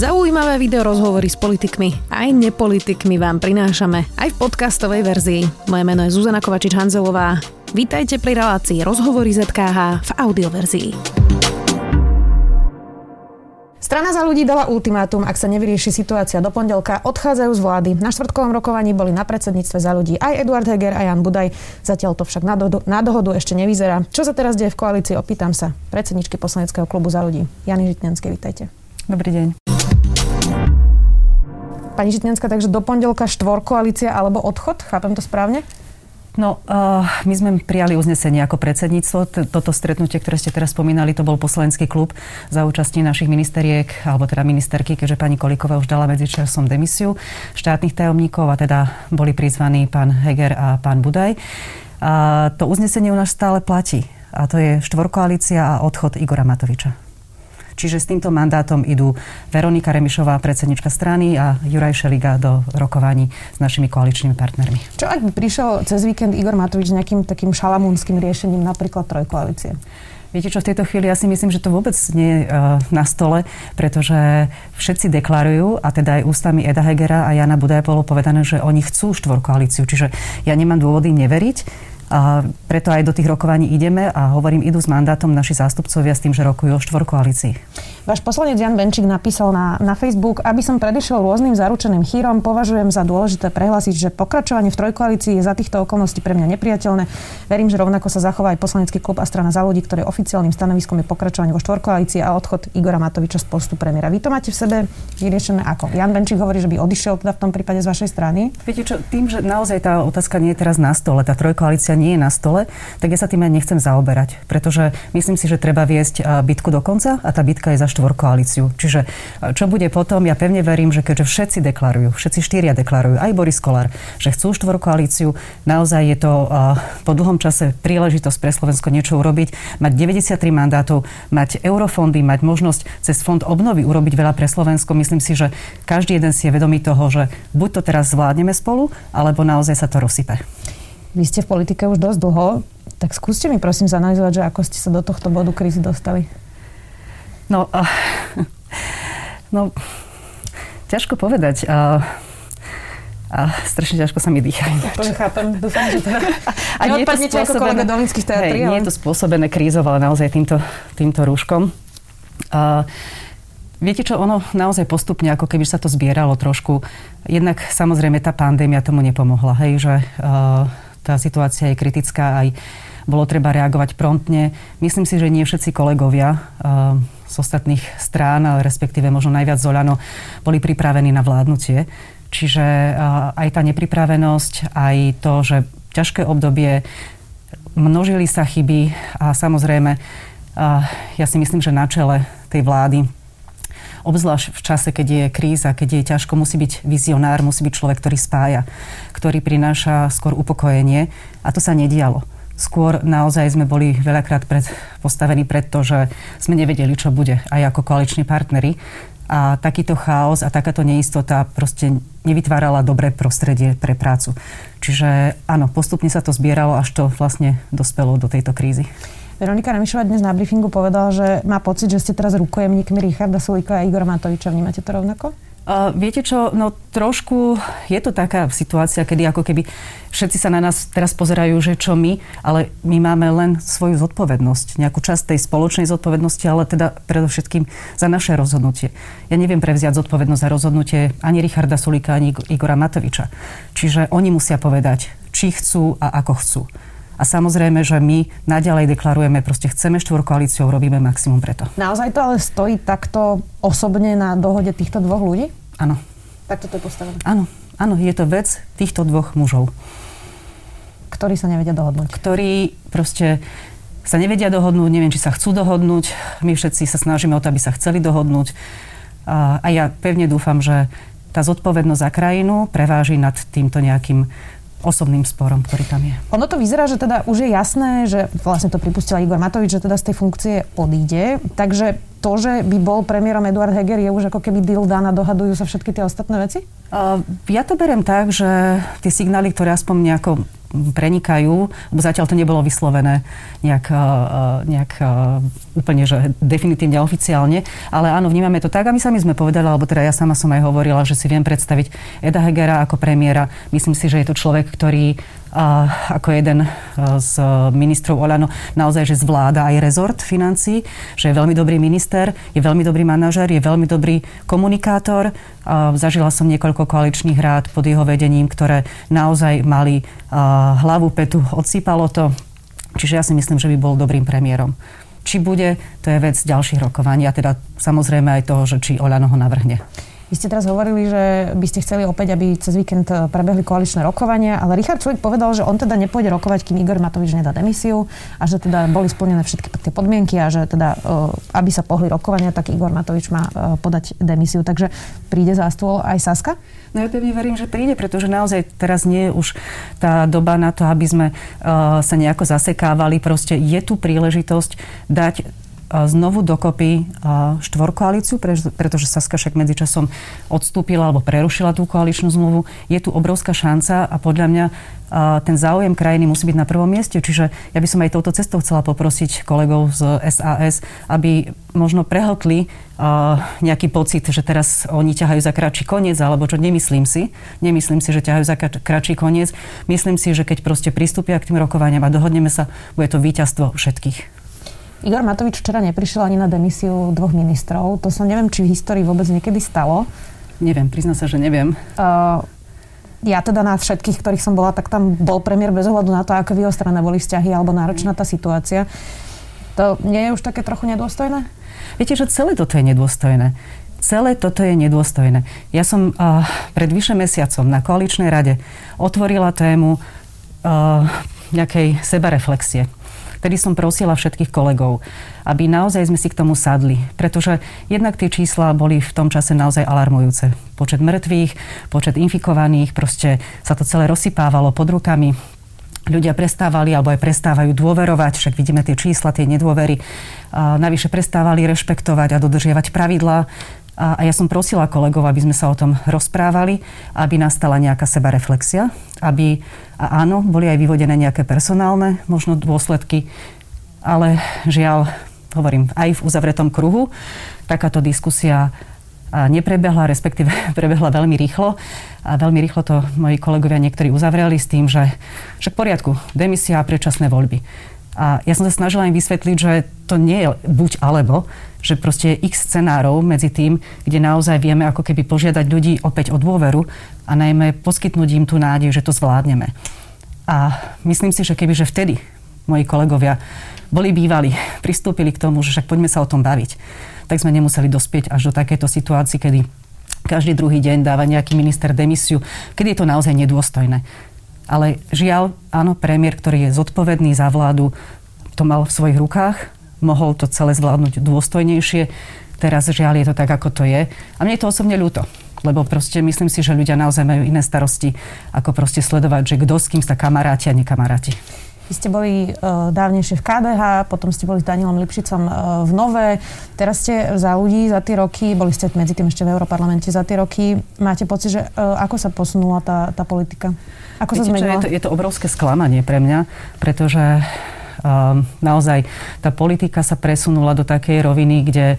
Zaujímavé videorozhovory s politikmi aj nepolitikmi vám prinášame aj v podcastovej verzii. Moje meno je Zuzana Kovačič-Hanzelová. Vítajte pri relácii Rozhovory ZKH v audioverzii. Strana Za ľudí dala ultimátum, ak sa nevyrieši situácia do pondelka, odchádzajú z vlády. Na štvrtkovom rokovaní boli na predsedníctve Za ľudí aj Eduard Heger a Ján Budaj. Zatiaľ to však na dohodu ešte nevyzerá. Čo sa teraz deje v koalícii, opýtam sa predsedničky poslaneckého klubu Za ľudí. Jany Žitňanskej, vítajte. Dobrý deň. Pani Žitňanská, takže do pondelka štvorkoalícia alebo odchod? Chápem to správne? No, my sme prijali uznesenie ako predsedníctvo. Toto stretnutie, ktoré ste teraz spomínali, to bol poslanecký klub za účasti našich ministeriek, alebo teda ministerky, keďže pani Kolíková už dala medzičasom demisiu štátnych tajomníkov a teda boli prizvaní pán Heger a pán Budaj. A to uznesenie u nás stále platí. A to je štvorkoalícia a odchod Igora Matoviča. Čiže s týmto mandátom idú Veronika Remišová, predsednička strany, a Juraj Šeliga do rokovaní s našimi koaličnými partnermi. Čo ak by prišiel cez víkend Igor Matovič s nejakým takým šalamúnskym riešením, napríklad trojkoalície? Viete čo, v tejto chvíli ja si myslím, že to vôbec nie je na stole, pretože všetci deklarujú, a teda aj ústami Eda Hegera a Jana Budaja bolo povedané, že oni chcú štvorkoalíciu. Čiže ja nemám dôvody neveriť. A preto aj do tých rokovaní ideme a hovorím, idú s mandátom naši zástupcovia s tým, že rokujú o štvorkoalícii. Váš poslanec Jan Benčík napísal na Facebook: aby som predišiel rôznym zaručeným chýrom, považujem za dôležité prehlásiť, že pokračovanie v trojkoalícii je za týchto okolností pre mňa nepriateľné. Verím, že rovnako sa zachová aj poslanecký klub a strana Za ľudí, ktoré oficiálnym stanoviskom je pokračovanie vo štvorkoalícii a odchod Igora Matoviča z postu premiéra. Vy to máte v sebe vyriešené ako? Jan Benčík hovorí, že by odišiel teda v tom prípade z vašej strany. Viete čo, tým, že naozaj tá otázka nie je teraz na stole, tá trojkoalícia nie je na stole, tak ja sa tým aj nechcem zaoberať, pretože myslím si, že treba viesť bitku do konca a tá bitka je za štvorkoalíciu. Čiže čo bude potom, ja pevne verím, že keďže všetci deklarujú, všetci štyria deklarujú, aj Boris Kollár, že chcú štvorkoalíciu, naozaj je to po dlhom čase príležitosť pre Slovensko niečo urobiť, mať 93 mandátov, mať eurofondy, mať možnosť cez fond obnovy urobiť veľa pre Slovensko. Myslím si, že každý jeden si je vedomý toho, že buď to teraz zvládneme spolu, alebo naozaj sa to rozsype. Vy ste v politike už dosť dlho, tak skúste mi prosím zanalyzovať, že ako ste sa do tohto bodu krízy dostali. No, ťažko povedať. Strašne ťažko sa mi dýcha. To chápem, dúfam, že teda neodpadnete ako kolega Dolinský z teatry. Nie je to spôsobené krízou, ale naozaj týmto rúškom. Viete čo, ono naozaj postupne, ako keby sa to zbieralo trošku. Jednak samozrejme tá pandémia tomu nepomohla, hej, že tá situácia je kritická, aj bolo treba reagovať promptne. Myslím si, že nie všetci kolegovia z ostatných strán, respektíve možno najviac z Oľano, boli pripravení na vládnutie. Čiže aj tá nepripravenosť, aj to, že ťažké obdobie, množili sa chyby a samozrejme ja si myslím, že na čele tej vlády, obzvlášť v čase, keď je kríza, keď je ťažko, musí byť vizionár, musí byť človek, ktorý spája, ktorý prináša skôr upokojenie. A to sa nedialo. Skôr naozaj sme boli veľakrát postavení pred to, že sme nevedeli, čo bude, aj ako koaliční partneri. A takýto chaos a takáto neistota proste nevytvárala dobré prostredie pre prácu. Čiže áno, postupne sa to zbieralo, až to vlastne dospelo do tejto krízy. Veronika Remišová dnes na briefingu povedala, že má pocit, že ste teraz rukojemníkmi Richarda Sulíka a Igora Matoviča. Vnímate to rovnako? Viete čo, no trošku je to taká situácia, kedy ako keby všetci sa na nás teraz pozerajú, že čo my, ale my máme len svoju zodpovednosť, nejakú časť tej spoločnej zodpovednosti, ale teda predovšetkým za naše rozhodnutie. Ja neviem prevziať zodpovednosť za rozhodnutie ani Richarda Sulíka, ani Igora Matoviča. Čiže oni musia povedať, či chcú a ako chcú. A samozrejme, že my naďalej deklarujeme, proste chceme štvorkoalíciu, robíme maximum preto. Naozaj to ale stojí takto osobne na dohode týchto dvoch ľudí? Áno. Takto to je postavené? Áno, je to vec týchto dvoch mužov. Ktorí sa nevedia dohodnúť. Ktorí proste sa nevedia dohodnúť, neviem, či sa chcú dohodnúť. My všetci sa snažíme o to, aby sa chceli dohodnúť. A ja pevne dúfam, že tá zodpovednosť za krajinu preváži nad týmto nejakým osobným sporom, ktorý tam je. Ono to vyzerá, že teda už je jasné, že vlastne to pripustil Igor Matovič, že teda z tej funkcie odíde. Takže to, že by bol premiérom Eduard Heger, je už ako keby deal done a dohadujú sa všetky tie ostatné veci? Ja to beriem tak, že tie signály, ktoré aspoň nejako prenikajú, lebo zatiaľ to nebolo vyslovené nejak úplne, že definitívne oficiálne, ale áno, vnímame to tak a my sami sme povedali, alebo teda ja sama som aj hovorila, že si viem predstaviť Eda Hegera ako premiéra. Myslím si, že je to človek, ktorý ako jeden z ministrov Oľano naozaj, že zvláda aj rezort financií, že je veľmi dobrý minister, je veľmi dobrý manažer, je veľmi dobrý komunikátor. Zažila som niekoľko koaličných rád pod jeho vedením, ktoré naozaj mali hlavu, petu, odsýpalo to. Čiže ja si myslím, že by bol dobrým premiérom. Či bude, to je vec ďalších rokovaní a teda samozrejme aj toho, že či Oľano ho navrhne. Vy ste teraz hovorili, že by ste chceli opäť, aby cez víkend prebehli koaličné rokovania, ale Richard Sulík povedal, že on teda nepôjde rokovať, kým Igor Matovič nedá demisiu a že teda boli splnené všetky tie podmienky a že teda, aby sa pohli rokovania, tak Igor Matovič má podať demisiu. Takže príde za stôl aj Saska? No ja pevne verím, že príde, pretože naozaj teraz nie je už tá doba na to, aby sme sa nejako zasekávali. Proste je tu príležitosť dať znovu dokopy štvorkoalíciu, pretože Saska však medzičasom odstúpila alebo prerušila tú koaličnú zmluvu. Je tu obrovská šanca a podľa mňa ten záujem krajiny musí byť na prvom mieste. Čiže ja by som aj touto cestou chcela poprosiť kolegov z SAS, aby možno prehltli nejaký pocit, že teraz oni ťahajú za kratší koniec, alebo čo, nemyslím si, že ťahajú za kratší koniec. Myslím si, že keď proste pristúpia k tým rokovaniam a dohodneme sa, bude to víťazstvo všetkých. Igor Matovič včera neprišiel ani na demisiu 2 ministrov. To sa neviem, či v histórii vôbec niekedy stalo. Neviem, priznám sa, že neviem. Ja teda na všetkých, ktorých som bola, tak tam bol premiér bez ohľadu na to, ako v jeho strane boli vzťahy alebo náročná tá situácia. To nie je už také trochu nedôstojné? Viete, že celé toto je nedôstojné. Celé toto je nedôstojné. Ja som pred vyše mesiacom na koaličnej rade otvorila tému nejakej sebareflexie. Vtedy som prosila všetkých kolegov, aby naozaj sme si k tomu sadli. Pretože jednak tie čísla boli v tom čase naozaj alarmujúce. Počet mŕtvych, počet infikovaných, proste sa to celé rozsypávalo pod rukami. Ľudia prestávali alebo aj prestávajú dôverovať, však vidíme tie čísla, tie nedôvery. Navyše prestávali rešpektovať a dodržiavať pravidlá. A ja som prosila kolegov, aby sme sa o tom rozprávali, aby nastala nejaká sebareflexia, a áno, boli aj vyvodené nejaké personálne možno dôsledky, ale žiaľ, hovorím, aj v uzavretom kruhu takáto diskusia neprebehla, respektíve prebehla veľmi rýchlo. A veľmi rýchlo to moji kolegovia niektorí uzavreli s tým, že však v poriadku, demisia a predčasné voľby. A ja som sa snažila im vysvetliť, že to nie je buď alebo, že proste je x scenárov medzi tým, kde naozaj vieme ako keby požiadať ľudí opäť o dôveru a najmä poskytnúť im tú nádej, že to zvládneme. A myslím si, že kebyže vtedy moji kolegovia boli bývali, pristúpili k tomu, že však poďme sa o tom baviť, tak sme nemuseli dospieť až do takejto situácii, kedy každý druhý deň dáva nejaký minister demisiu, kedy je to naozaj nedôstojné. Ale žiaľ, áno, premiér, ktorý je zodpovedný za vládu, to mal v svojich rukách, mohol to celé zvládnuť dôstojnejšie. Teraz žiaľ je to tak, ako to je. A mne je to osobne ľúto, lebo proste myslím si, že ľudia naozaj majú iné starosti, ako proste sledovať, že kto s kým sa kamaráti a nekamaráti. Vy ste boli dávnejšie v KDH, potom ste boli s Danielom Lipšicom v Nové. Teraz ste za ľudí za tie roky, boli ste medzi tým ešte v Europarlamente za tie roky. Máte pocit, že ako sa posunula tá politika? Ako sa zmenila? Je to obrovské sklamanie pre mňa, pretože naozaj tá politika sa presunula do takej roviny, kde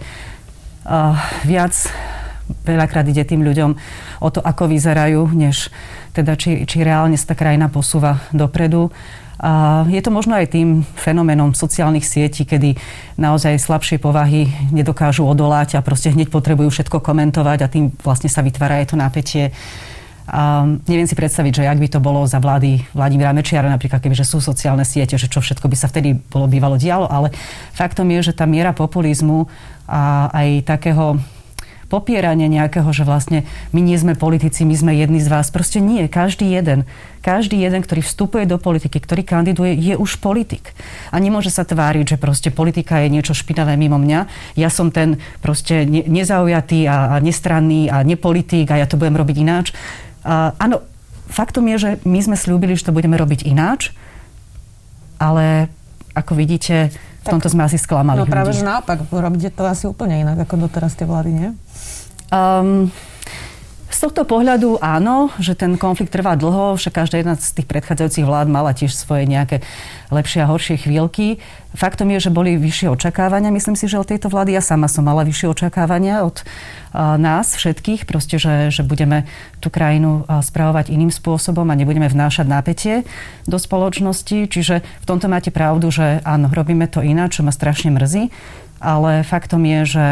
veľakrát ide tým ľuďom o to, ako vyzerajú, než teda či reálne sa tá krajina posúva dopredu. A je to možno aj tým fenoménom sociálnych sietí, kedy naozaj slabšie povahy nedokážu odolať a proste hneď potrebujú všetko komentovať a tým vlastne sa vytvára aj to napätie. A neviem si predstaviť, že ak by to bolo za vlády Vladimíra Mečiara, napríklad kebyže sú sociálne siete, že čo všetko by sa vtedy bývalo dialo, ale faktom je, že tá miera populizmu a aj takého popieranie nejakého, že vlastne my nie sme politici, my sme jedni z vás. Proste nie. Každý jeden, ktorý vstupuje do politiky, ktorý kandiduje, je už politik. A nemôže sa tváriť, že proste politika je niečo špinavé mimo mňa. Ja som ten proste nezaujatý a nestranný a nepolitik a ja to budem robiť ináč. Áno, faktom je, že my sme sľúbili, že to budeme robiť ináč, ale ako vidíte, v tomto sme asi sklamali ľudí. No práve, že naopak, robíte to asi úplne inak, ako doteraz tie vlády, nie? Z tohto pohľadu áno, že ten konflikt trvá dlho, však každá jedna z tých predchádzajúcich vlád mala tiež svoje nejaké lepšie a horšie chvíľky. Faktom je, že boli vyššie očakávania. Myslím si, že od tejto vlády ja sama som mala vyššie očakávania od nás všetkých, proste, že budeme tú krajinu spravovať iným spôsobom a nebudeme vnášať napätie do spoločnosti. Čiže v tomto máte pravdu, že áno, robíme to ináč, čo ma strašne mrzí, ale faktom je, že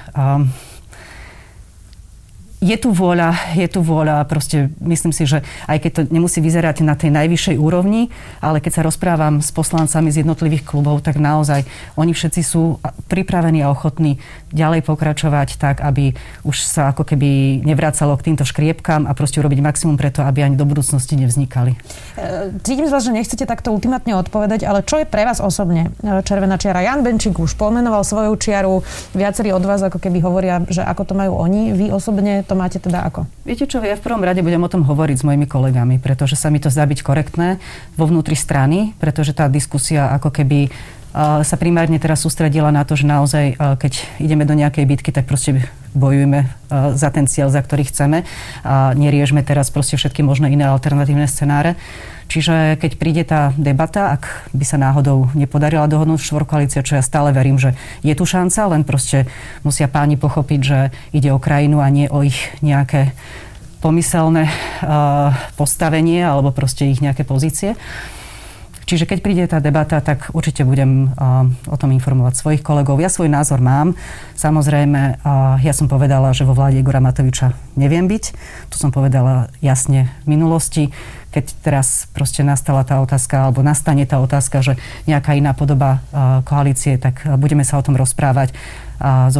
je tu vôľa, proste myslím si, že aj keď to nemusí vyzerať na tej najvyššej úrovni, ale keď sa rozprávam s poslancami z jednotlivých klubov, tak naozaj oni všetci sú pripravení a ochotní ďalej pokračovať tak, aby už sa ako keby nevracalo k týmto škriepkám a proste urobiť maximum preto, aby ani do budúcnosti nevznikali. Cítim z vás, že nechcete takto ultimátne odpovedať, ale čo je pre vás osobne červená čiara? Jan Benčík už pomenoval svoju čiaru, viacerí od vás ako keby hovoria, že ako to majú oni, vy osobne to máte teda ako? Viete čo, ja v prvom rade budem o tom hovoriť s mojimi kolegami, pretože sa mi to zdá byť korektné vo vnútri strany, pretože tá diskusia ako keby sa primárne teraz sústredila na to, že naozaj, keď ideme do nejakej bitky, tak proste bojujeme za ten cieľ, za ktorý chceme a neriežme teraz proste všetky možné iné alternatívne scenáre. Čiže keď príde tá debata, ak by sa náhodou nepodarila dohodnúť štvorkoalícia, čo ja stále verím, že je tu šanca, len proste musia páni pochopiť, že ide o krajinu a nie o ich nejaké pomyselné postavenie alebo proste ich nejaké pozície. Čiže keď príde tá debata, tak určite budem o tom informovať svojich kolegov. Ja svoj názor mám. Samozrejme, ja som povedala, že vo vláde Igora Matoviča neviem byť. To som povedala jasne v minulosti. Keď teraz proste nastala tá otázka, alebo nastane tá otázka, že nejaká iná podoba koalície, tak budeme sa o tom rozprávať so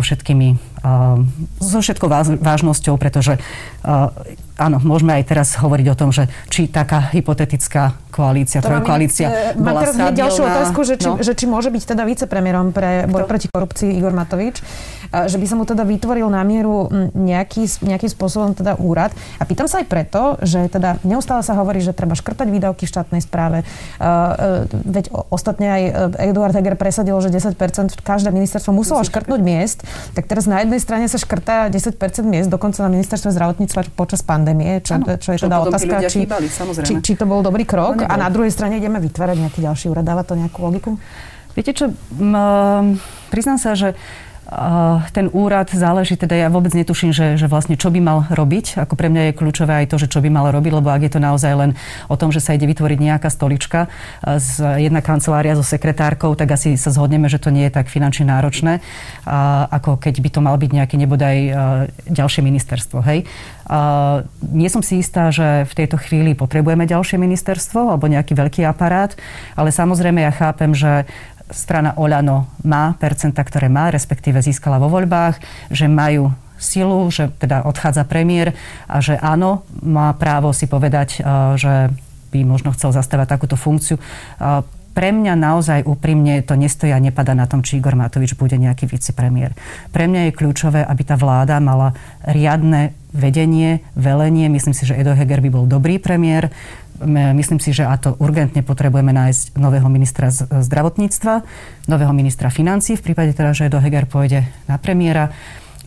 všetkou vážnosťou, pretože áno, môžeme aj teraz hovoriť o tom, že či taká hypotetická koalícia, trojkoalícia bola stabilná. Mám teraz ďalšiu otázku, že či môže byť teda vicepremiérom pre boj proti korupcii Igor Matovič, že by sa mu teda vytvoril na mieru nejakým spôsobom teda úrad. A pýtam sa aj preto, že teda neustále sa hovorí, že treba škrtať výdavky v štátnej správe. Veď ostatne aj Eduard Heger presadil, že 10% každé ministerstvo muselo škrtnúť miest. Tak teraz na jednej strane sa škrtá 10% miest, dokonca na ministerstve zdravotníctva počas pandémie, čo je teda otázka, či to bol dobrý krok. A na druhej strane ideme vytvárať nejaký ďalší úrad. Dáva to nejakú logiku? Viete čo, priznám sa, že ten úrad záleží, teda ja vôbec netuším, že vlastne čo by mal robiť. Ako pre mňa je kľúčové aj to, že čo by mal robiť, lebo ak je to naozaj len o tom, že sa ide vytvoriť nejaká stolička z jedna kancelária so sekretárkou, tak asi sa zhodneme, že to nie je tak finančne náročné, ako keď by to mal byť nejaké nebodaj ďalšie ministerstvo. Hej? Nie som si istá, že v tejto chvíli potrebujeme ďalšie ministerstvo alebo nejaký veľký aparát, ale samozrejme ja chápem, že strana Oľano má percenta, ktoré má, respektíve získala vo voľbách, že majú silu, že teda odchádza premiér a že áno, má právo si povedať, že by možno chcel zastávať takúto funkciu. Pre mňa naozaj úprimne to nestojí a nepadá na tom, či Igor Matovič bude nejaký vicepremiér. Pre mňa je kľúčové, aby tá vláda mala riadne vedenie, velenie. Myslím si, že Edo Heger by bol dobrý premiér. Myslím si, že a to urgentne potrebujeme nájsť nového ministra zdravotníctva, nového ministra financií, v prípade teda, že Edo Heger pôjde na premiéra.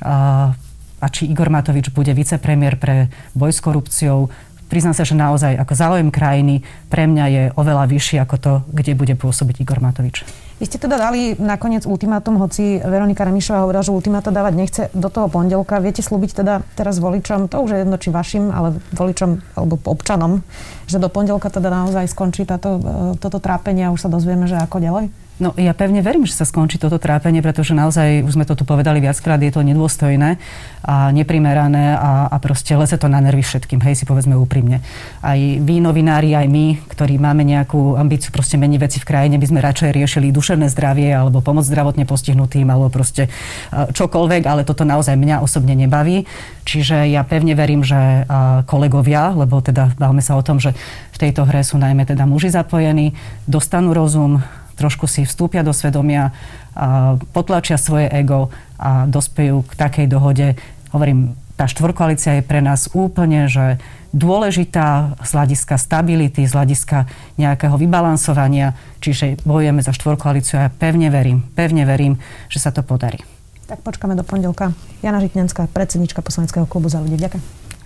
A či Igor Matovič bude vicepremiér pre boj s korupciou. Priznám sa, že naozaj ako záujem krajiny pre mňa je oveľa vyšší ako to, kde bude pôsobiť Igor Matovič. Vy ste teda dali nakoniec ultimátum, hoci Veronika Remišová hovorila, že ultimáta dávať nechce do toho pondelka. Viete slúbiť teda teraz voličom, to už je jedno či vašim, ale voličom alebo občanom, že do pondelka teda naozaj skončí toto trápenie a už sa dozvieme, že ako ďalej? No ja pevne verím, že sa skončí toto trápenie, pretože naozaj, už sme to tu povedali viackrát, je to nedôstojné a neprimerané a proste leze to na nervy všetkým, hej, si povedzme úprimne. Aj vy, novinári, aj my, ktorí máme nejakú ambíciu proste meniť veci v krajine, by sme radšej riešili duševné zdravie alebo pomoc zdravotne postihnutým alebo proste čokoľvek, ale toto naozaj mňa osobne nebaví. Čiže ja pevne verím, že kolegovia, lebo teda bavme sa o tom, že v tejto hre sú najmä teda muži zapojení, dostanú rozum, trošku si vstúpia do svedomia, potlačia svoje ego a dospejú k takej dohode. Hovorím, tá štvorkoalícia je pre nás úplne, že dôležitá z hľadiska stability, z hľadiska nejakého vybalansovania. Čiže bojujeme za štvorkoalíciu a ja pevne verím, že sa to podarí. Tak počkáme do pondelka. Jana Žitňanská, predsednička poslaneckého klubu Za ľudí. Ďakujem.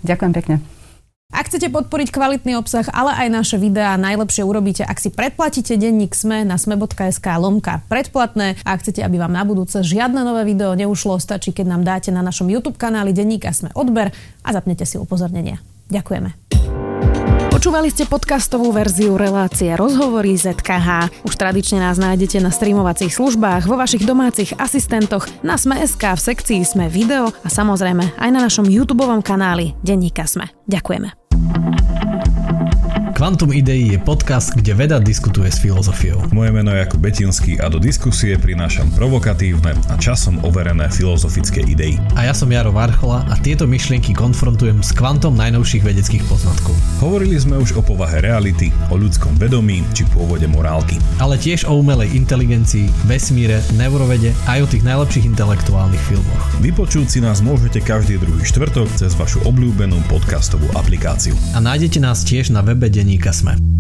Ďakujem pekne. Ak chcete podporiť kvalitný obsah, ale aj naše videá, najlepšie urobíte, ak si predplatíte denník SME na sme.sk/predplatné. A ak chcete, aby vám na budúce žiadne nové video neušlo, stačí, keď nám dáte na našom YouTube kanáli denníka SME odber a zapnete si upozornenia. Ďakujeme. Počúvali ste podcastovú verziu relácie Rozhovory ZKH. Už tradične nás nájdete na streamovacích službách, vo vašich domácich asistentoch, na Sme.sk, v sekcii Sme video a samozrejme aj na našom YouTubeovom kanáli denníka Sme. Ďakujeme. Kvantum ideí je podcast, kde veda diskutuje s filozofiou. Moje meno je Jakub Betinský a do diskusie prinášam provokatívne a časom overené filozofické idei. A ja som Jaro Varchola a tieto myšlienky konfrontujem s kvantom najnovších vedeckých poznatkov. Hovorili sme už o povahe reality, o ľudskom vedomí či pôvode morálky. Ale tiež o umelej inteligencii, vesmíre, neurovede aj o tých najlepších intelektuálnych filmoch. Vypočuť si nás môžete každý druhý štvrtok cez vašu obľúbenú podcastovú aplikáciu. A nájdete nás tiež na webe denníka Sme.